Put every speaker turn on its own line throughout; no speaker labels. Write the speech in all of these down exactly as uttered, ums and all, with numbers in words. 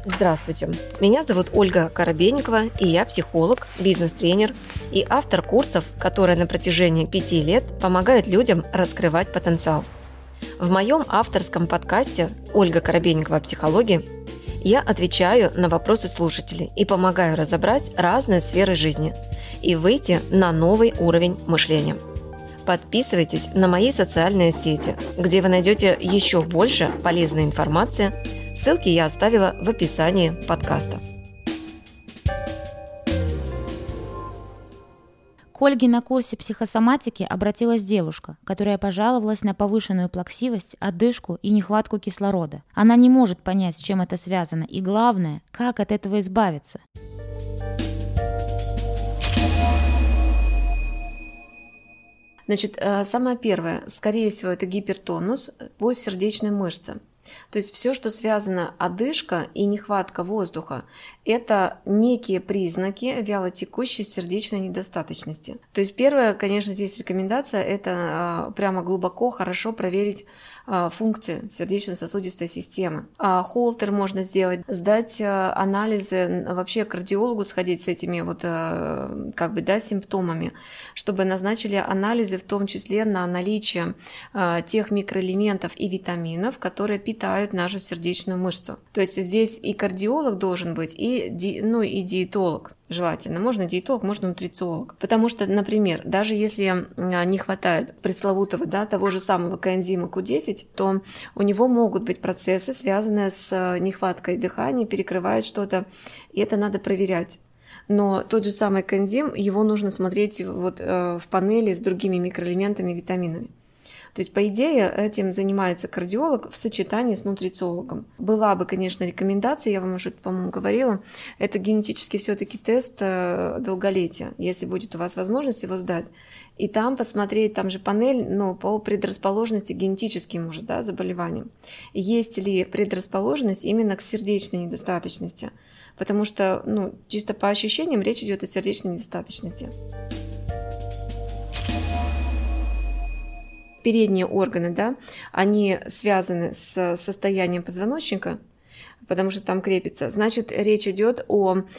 Здравствуйте, меня зовут Ольга Коробейникова, и я психолог, бизнес-тренер и автор курсов, которые на протяжении пяти лет помогают людям раскрывать потенциал. В моем авторском подкасте «Ольга Коробейникова о психологии» я отвечаю на вопросы слушателей и помогаю разобрать разные сферы жизни и выйти на новый уровень мышления. Подписывайтесь на мои социальные сети, где вы найдете еще больше полезной информации. Ссылки я оставила в описании подкаста.
К Ольге на курсе психосоматики обратилась девушка, которая пожаловалась на повышенную плаксивость, одышку и нехватку кислорода. Она не может понять, с чем это связано, и главное, как от этого избавиться.
Значит, самое первое, скорее всего, это гипертонус по сердечной мышце. То есть все, что связано одышка и нехватка воздуха, это некие признаки вялотекущей сердечной недостаточности. То есть первое, конечно, здесь рекомендация, это прямо глубоко, хорошо проверить функции сердечно-сосудистой системы. Холтер можно сделать, сдать анализы, вообще к кардиологу сходить с этими вот, как бы, да, симптомами, чтобы назначили анализы, в том числе на наличие тех микроэлементов и витаминов, которые питают нашу сердечную мышцу. То есть здесь и кардиолог должен быть, и, ди, ну, и диетолог. Желательно. Можно диетолог, можно нутрициолог. Потому что, например, даже если не хватает пресловутого, да, того же самого коэнзима ку десять, то у него могут быть процессы, связанные с нехваткой дыхания, перекрывает что-то, и это надо проверять. Но тот же самый коэнзим, его нужно смотреть вот в панели с другими микроэлементами, витаминами. То есть, по идее, этим занимается кардиолог в сочетании с нутрициологом. Была бы, конечно, рекомендация, я вам уже, по-моему, говорила, это генетический все-таки тест долголетия, если будет у вас возможность его сдать. И там посмотреть, там же панель, ну, по предрасположенности генетическим уже, да, заболеваниям. Есть ли предрасположенность именно к сердечной недостаточности? Потому что, ну, чисто по ощущениям речь идет о сердечной недостаточности. Передние органы, да, они связаны с состоянием позвоночника, потому что там крепится. Значит, речь идет о э,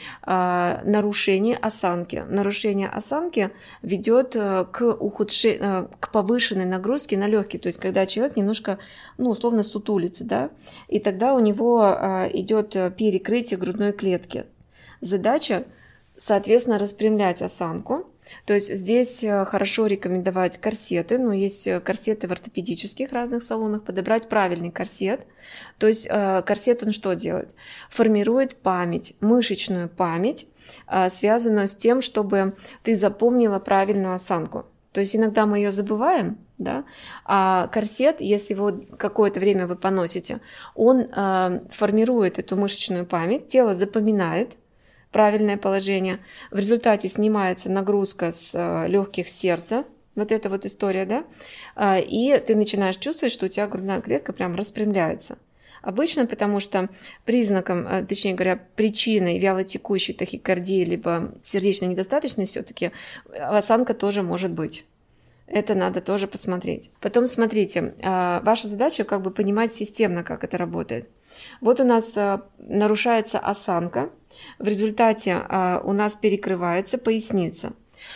нарушении осанки. Нарушение осанки ведет к ухудшению, к повышенной нагрузке на легкие. То есть, когда человек немножко, ну, условно сутулится, да, и тогда у него э, идет перекрытие грудной клетки. Задача, соответственно, распрямлять осанку. То есть здесь хорошо рекомендовать корсеты, но есть корсеты в ортопедических разных салонах, подобрать правильный корсет. То есть корсет он что делает? Формирует память, мышечную память, связанную с тем, чтобы ты запомнила правильную осанку. То есть иногда мы ее забываем, да? А корсет, если его какое-то время вы поносите, он формирует эту мышечную память, тело запоминает правильное положение. В результате снимается нагрузка с легких сердца, вот эта вот история, да, и ты начинаешь чувствовать, что у тебя грудная клетка прям распрямляется. Обычно потому что признаком, точнее говоря, причиной вялотекущей тахикардии либо сердечной недостаточности все-таки осанка тоже может быть. Это надо тоже посмотреть. Потом смотрите, ваша задача как бы понимать системно, как это работает. Вот у нас нарушается осанка, в результате у нас перекрывается поясница.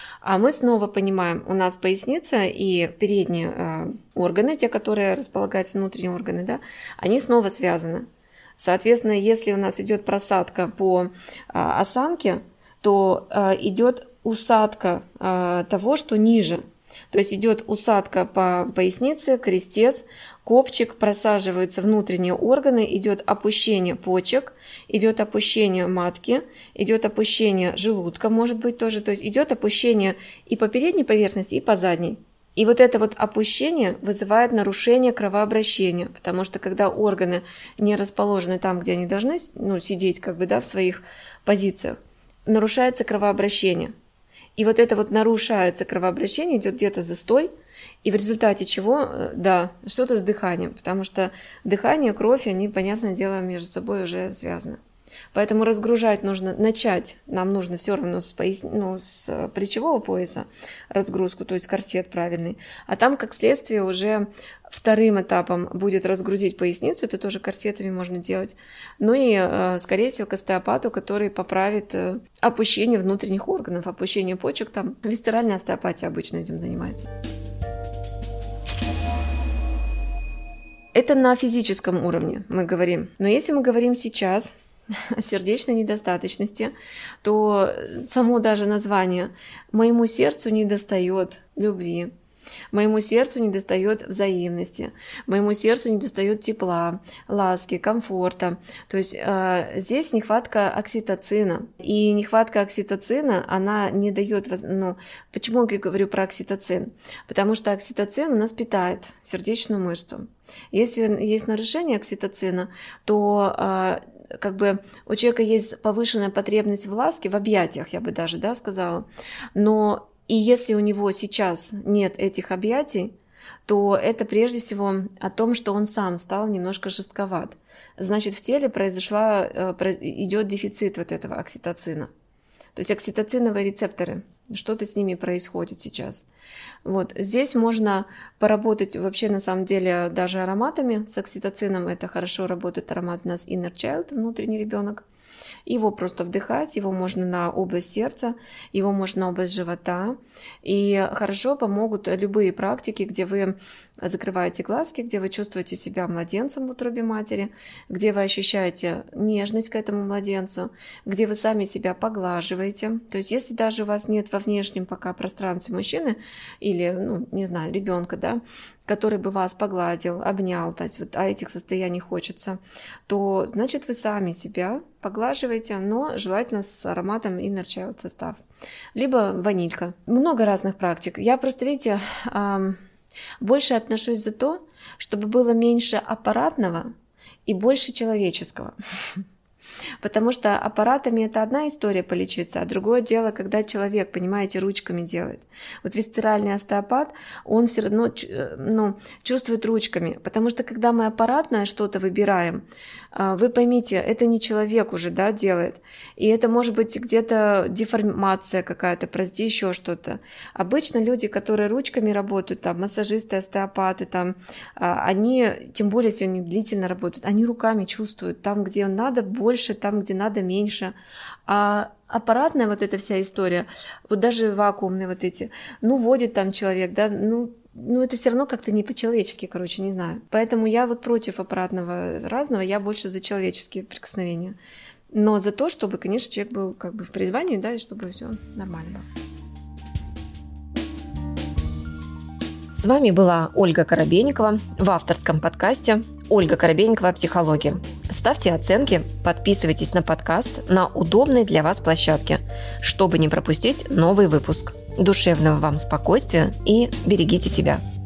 А мы снова понимаем, у нас поясница и передние органы, те, которые располагаются, внутренние органы, да, они снова связаны. Соответственно, если у нас идет просадка по осанке, то идет усадка того, что ниже. То есть идет усадка по пояснице, крестец, копчик, просаживаются внутренние органы, идет опущение почек, идет опущение матки, идет опущение желудка, может быть тоже, то есть идет опущение и по передней поверхности, и по задней. И вот это вот опущение вызывает нарушение кровообращения, потому что когда органы не расположены там, где они должны, ну, сидеть как бы, да, в своих позициях, нарушается кровообращение. И вот это вот нарушается кровообращение, идет где-то застой, и в результате чего, да, что-то с дыханием, потому что дыхание, кровь, они, понятное дело, между собой уже связаны. Поэтому разгружать нужно, начать нам нужно все равно с, пояс... ну, с плечевого пояса разгрузку, то есть корсет правильный. А там, как следствие, уже вторым этапом будет разгрузить поясницу, это тоже корсетами можно делать. Ну и, скорее всего, к остеопату, который поправит опущение внутренних органов, опущение почек. Там висцеральная остеопатия обычно этим занимается. Это на физическом уровне мы говорим. Но если мы говорим сейчас о сердечной недостаточности, то само даже название «моему сердцу недостает любви», «моему сердцу недостает взаимности», «моему сердцу недостает тепла, ласки, комфорта». То есть э, здесь нехватка окситоцина. И нехватка окситоцина, она не дает... Ну, почему я говорю про окситоцин? Потому что окситоцин у нас питает сердечную мышцу. Если есть нарушение окситоцина, то... Э, как бы у человека есть повышенная потребность в ласке, в объятиях, я бы даже, да, сказала. Но и если у него сейчас нет этих объятий, то это прежде всего о том, что он сам стал немножко жестковат. Значит, в теле произошла, идет дефицит вот этого окситоцина. То есть окситоциновые рецепторы, что-то с ними происходит сейчас. Вот. Здесь можно поработать вообще на самом деле даже ароматами с окситоцином. Это хорошо работает аромат у нас Inner Child, внутренний ребенок. Его просто вдыхать, его можно на область сердца, его можно на область живота. И хорошо помогут любые практики, где вы закрываете глазки, где вы чувствуете себя младенцем в утробе матери, где вы ощущаете нежность к этому младенцу, где вы сами себя поглаживаете. То есть если даже у вас нет во внешнем пока пространстве мужчины или, ну, не знаю, ребенка, да, который бы вас погладил, обнял, то есть вот а этих состояний хочется, то, значит, вы сами себя поглаживаете, но желательно с ароматом Inner Child состав. Либо ванилька. Много разных практик. Я просто, видите, больше отношусь за то, чтобы было меньше аппаратного и больше человеческого. Потому что аппаратами это одна история полечиться, а другое дело, когда человек, понимаете, ручками делает. Вот висцеральный остеопат, он все равно ну, чувствует ручками, потому что когда мы аппаратное что-то выбираем, вы поймите, это не человек уже, да, делает, и это может быть где-то деформация какая-то, прости, еще что-то. Обычно люди, которые ручками работают, там, массажисты, остеопаты, там, они, тем более, если они длительно работают, они руками чувствуют, там, где надо больше, там, где надо меньше. А аппаратная вот эта вся история, вот даже вакуумные вот эти, ну, водит там человек, да, ну, ну, это все равно как-то не по-человечески, короче, не знаю. Поэтому я вот против аппаратного разного, я больше за человеческие прикосновения. Но за то, чтобы, конечно, человек был как бы в призвании, да, и чтобы все нормально было. С вами была Ольга Коробейникова в авторском подкасте «Ольга Коробейникова. Психология». Ставьте оценки, подписывайтесь на подкаст на удобной для вас площадке, чтобы не пропустить новый выпуск. Душевного вам спокойствия и берегите себя.